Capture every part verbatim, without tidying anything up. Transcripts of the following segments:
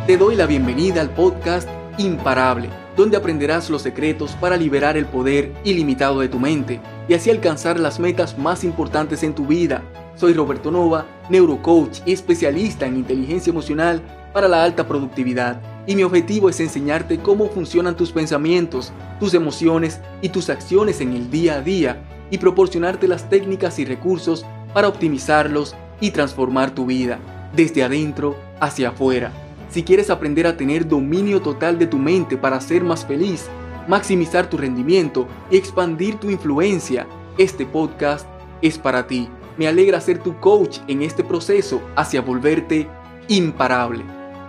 Te doy la bienvenida al podcast Imparable, donde aprenderás los secretos para liberar el poder ilimitado de tu mente y así alcanzar las metas más importantes en tu vida. Soy Roberto Nova, neurocoach y especialista en inteligencia emocional para la alta productividad, y mi objetivo es enseñarte cómo funcionan tus pensamientos, tus emociones y tus acciones en el día a día y proporcionarte las técnicas y recursos para optimizarlos y transformar tu vida desde adentro hacia afuera. Si quieres aprender a tener dominio total de tu mente para ser más feliz, maximizar tu rendimiento y expandir tu influencia, este podcast es para ti. Me alegra ser tu coach en este proceso hacia volverte imparable.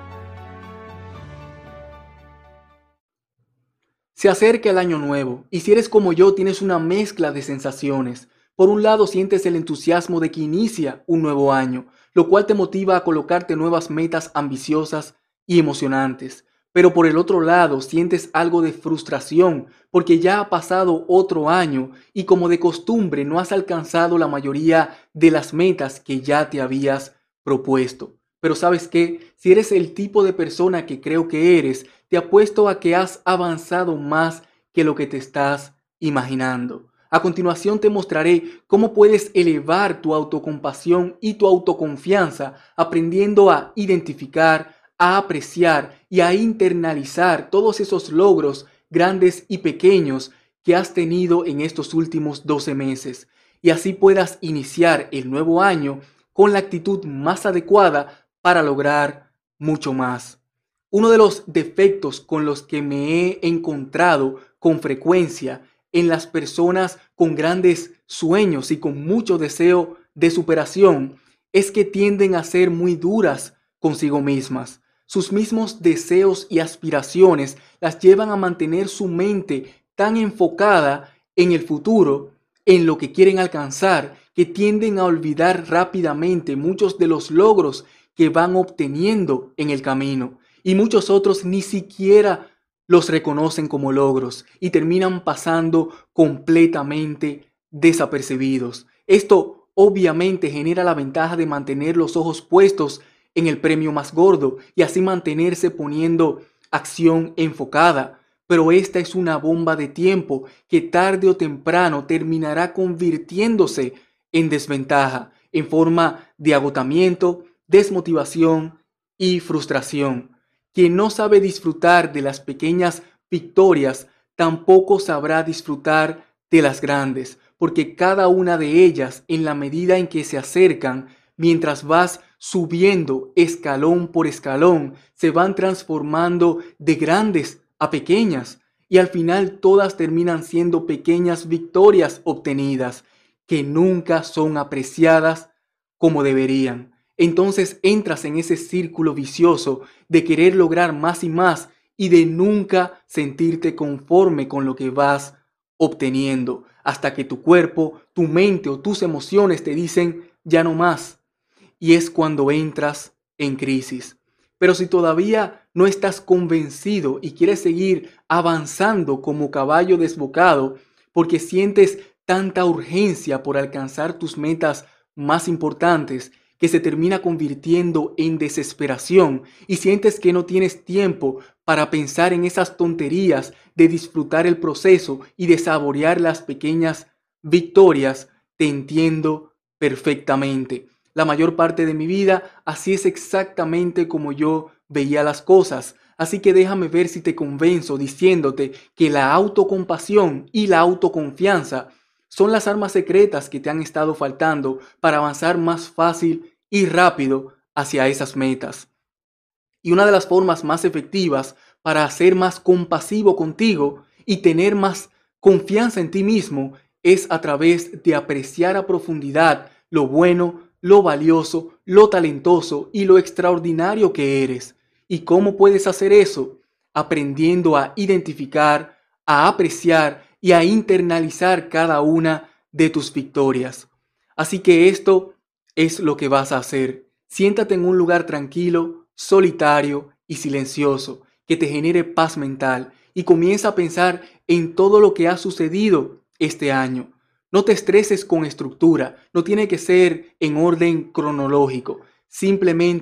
Se acerca el año nuevo y si eres como yo tienes una mezcla de sensaciones. Por un lado sientes el entusiasmo de que inicia un nuevo año, lo cual te motiva a colocarte nuevas metas ambiciosas y emocionantes. Pero por el otro lado sientes algo de frustración porque ya ha pasado otro año y como de costumbre no has alcanzado la mayoría de las metas que ya te habías propuesto. Pero ¿sabes qué? Si eres el tipo de persona que creo que eres, te apuesto a que has avanzado más que lo que te estás imaginando. A continuación te mostraré cómo puedes elevar tu autocompasión y tu autoconfianza aprendiendo a identificar, a apreciar y a internalizar todos esos logros grandes y pequeños que has tenido en estos últimos doce meses. Y así puedas iniciar el nuevo año con la actitud más adecuada para lograr mucho más. Uno de los defectos con los que me he encontrado con frecuencia en las personas con grandes sueños y con mucho deseo de superación es que tienden a ser muy duras consigo mismas. Sus mismos deseos y aspiraciones las llevan a mantener su mente tan enfocada en el futuro, en lo que quieren alcanzar, que tienden a olvidar rápidamente muchos de los logros que van obteniendo en el camino. Y muchos otros ni siquiera los reconocen como logros y terminan pasando completamente desapercibidos. Esto obviamente genera la ventaja de mantener los ojos puestos en el premio más gordo y así mantenerse poniendo acción enfocada. Pero esta es una bomba de tiempo que tarde o temprano terminará convirtiéndose en desventaja, en forma de agotamiento, desmotivación y frustración. Quien no sabe disfrutar de las pequeñas victorias, tampoco sabrá disfrutar de las grandes, porque cada una de ellas, en la medida en que se acercan, mientras vas subiendo escalón por escalón, se van transformando de grandes a pequeñas, y al final todas terminan siendo pequeñas victorias obtenidas, que nunca son apreciadas como deberían. Entonces entras en ese círculo vicioso de querer lograr más y más y de nunca sentirte conforme con lo que vas obteniendo, hasta que tu cuerpo, tu mente o tus emociones te dicen ya no más. Y es cuando entras en crisis. Pero si todavía no estás convencido y quieres seguir avanzando como caballo desbocado porque sientes tanta urgencia por alcanzar tus metas más importantes, que se termina convirtiendo en desesperación y sientes que no tienes tiempo para pensar en esas tonterías de disfrutar el proceso y de saborear las pequeñas victorias, te entiendo perfectamente. La mayor parte de mi vida así es exactamente como yo veía las cosas. Así que déjame ver si te convenzo diciéndote que la autocompasión y la autoconfianza son las armas secretas que te han estado faltando para avanzar más fácil y rápido hacia esas metas. Y una de las formas más efectivas para ser más compasivo contigo y tener más confianza en ti mismo es a través de apreciar a profundidad lo bueno, lo valioso, lo talentoso y lo extraordinario que eres. ¿Y cómo puedes hacer eso? Aprendiendo a identificar, a apreciar y a internalizar cada una de tus victorias. Así que esto es lo que vas a hacer. Siéntate en un lugar tranquilo, solitario y silencioso, que te genere paz mental y comienza a pensar en todo lo que ha sucedido este año. No te estreses con estructura, no tiene que ser en orden cronológico. Simplemente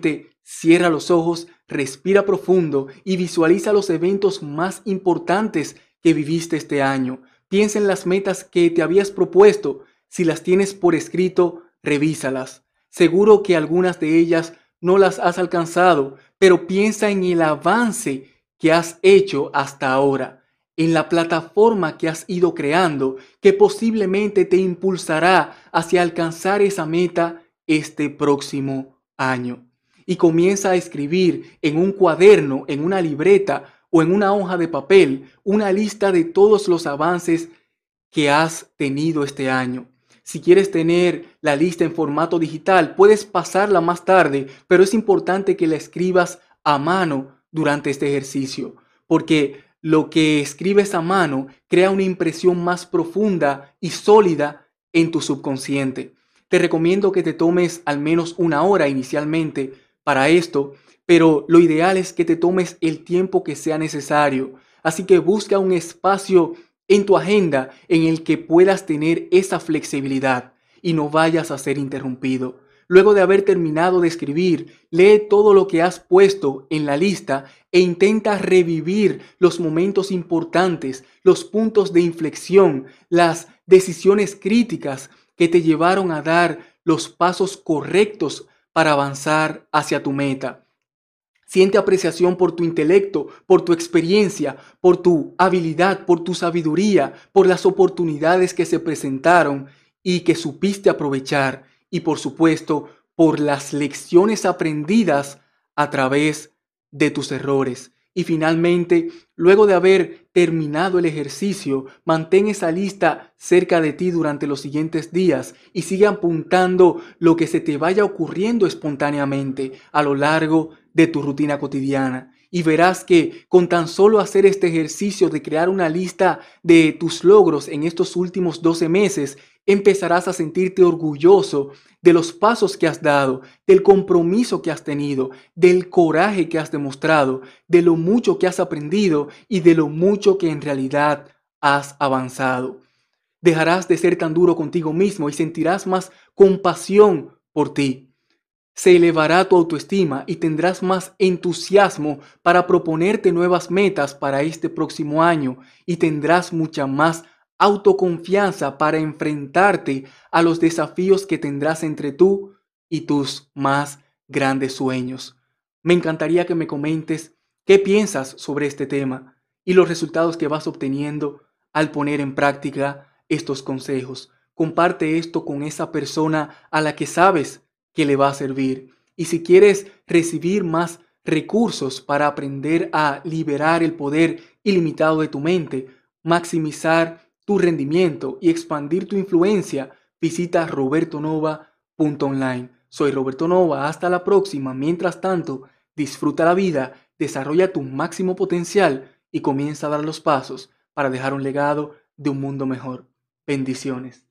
Cierra los ojos, respira profundo y visualiza los eventos más importantes que viviste este año. Piensa en las metas que te habías propuesto. Si las tienes por escrito, revísalas. Seguro que algunas de ellas no las has alcanzado, pero piensa en el avance que has hecho hasta ahora, en la plataforma que has ido creando, que posiblemente te impulsará hacia alcanzar esa meta este próximo año. Y comienza a escribir en un cuaderno, en una libreta o en una hoja de papel una lista de todos los avances que has tenido este año. Si quieres tener la lista en formato digital, puedes pasarla más tarde, pero es importante que la escribas a mano durante este ejercicio, porque lo que escribes a mano crea una impresión más profunda y sólida en tu subconsciente. Te recomiendo que te tomes al menos una hora inicialmente para esto, pero lo ideal es que te tomes el tiempo que sea necesario. Así que busca un espacio en tu agenda en el que puedas tener esa flexibilidad y no vayas a ser interrumpido. Luego de haber terminado de escribir, lee todo lo que has puesto en la lista e intenta revivir los momentos importantes, los puntos de inflexión, las decisiones críticas que te llevaron a dar los pasos correctos para avanzar hacia tu meta. Siente apreciación por tu intelecto, por tu experiencia, por tu habilidad, por tu sabiduría, por las oportunidades que se presentaron y que supiste aprovechar. Y por supuesto, por las lecciones aprendidas a través de tus errores. Y finalmente, luego de haber terminado el ejercicio, mantén esa lista cerca de ti durante los siguientes días y sigue apuntando lo que se te vaya ocurriendo espontáneamente a lo largo de tu rutina cotidiana. Y verás que con tan solo hacer este ejercicio de crear una lista de tus logros en estos últimos doce meses, empezarás a sentirte orgulloso de los pasos que has dado, del compromiso que has tenido, del coraje que has demostrado, de lo mucho que has aprendido y de lo mucho que en realidad has avanzado. Dejarás de ser tan duro contigo mismo y sentirás más compasión por ti. Se elevará tu autoestima y tendrás más entusiasmo para proponerte nuevas metas para este próximo año y tendrás mucha más autoconfianza para enfrentarte a los desafíos que tendrás entre tú y tus más grandes sueños. Me encantaría que me comentes qué piensas sobre este tema y los resultados que vas obteniendo al poner en práctica estos consejos. Comparte esto con esa persona a la que sabes que le va a servir. Y si quieres recibir más recursos para aprender a liberar el poder ilimitado de tu mente, maximizar tu rendimiento y expandir tu influencia, visita roberto nova punto online. Soy Roberto Nova, hasta la próxima. Mientras tanto, disfruta la vida, desarrolla tu máximo potencial y comienza a dar los pasos para dejar un legado de un mundo mejor. Bendiciones.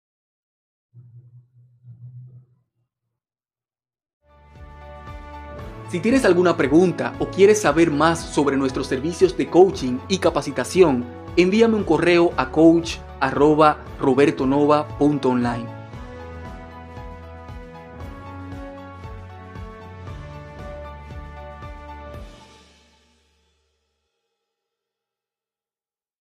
Si tienes alguna pregunta o quieres saber más sobre nuestros servicios de coaching y capacitación, envíame un correo a coach arroba roberto nova punto online.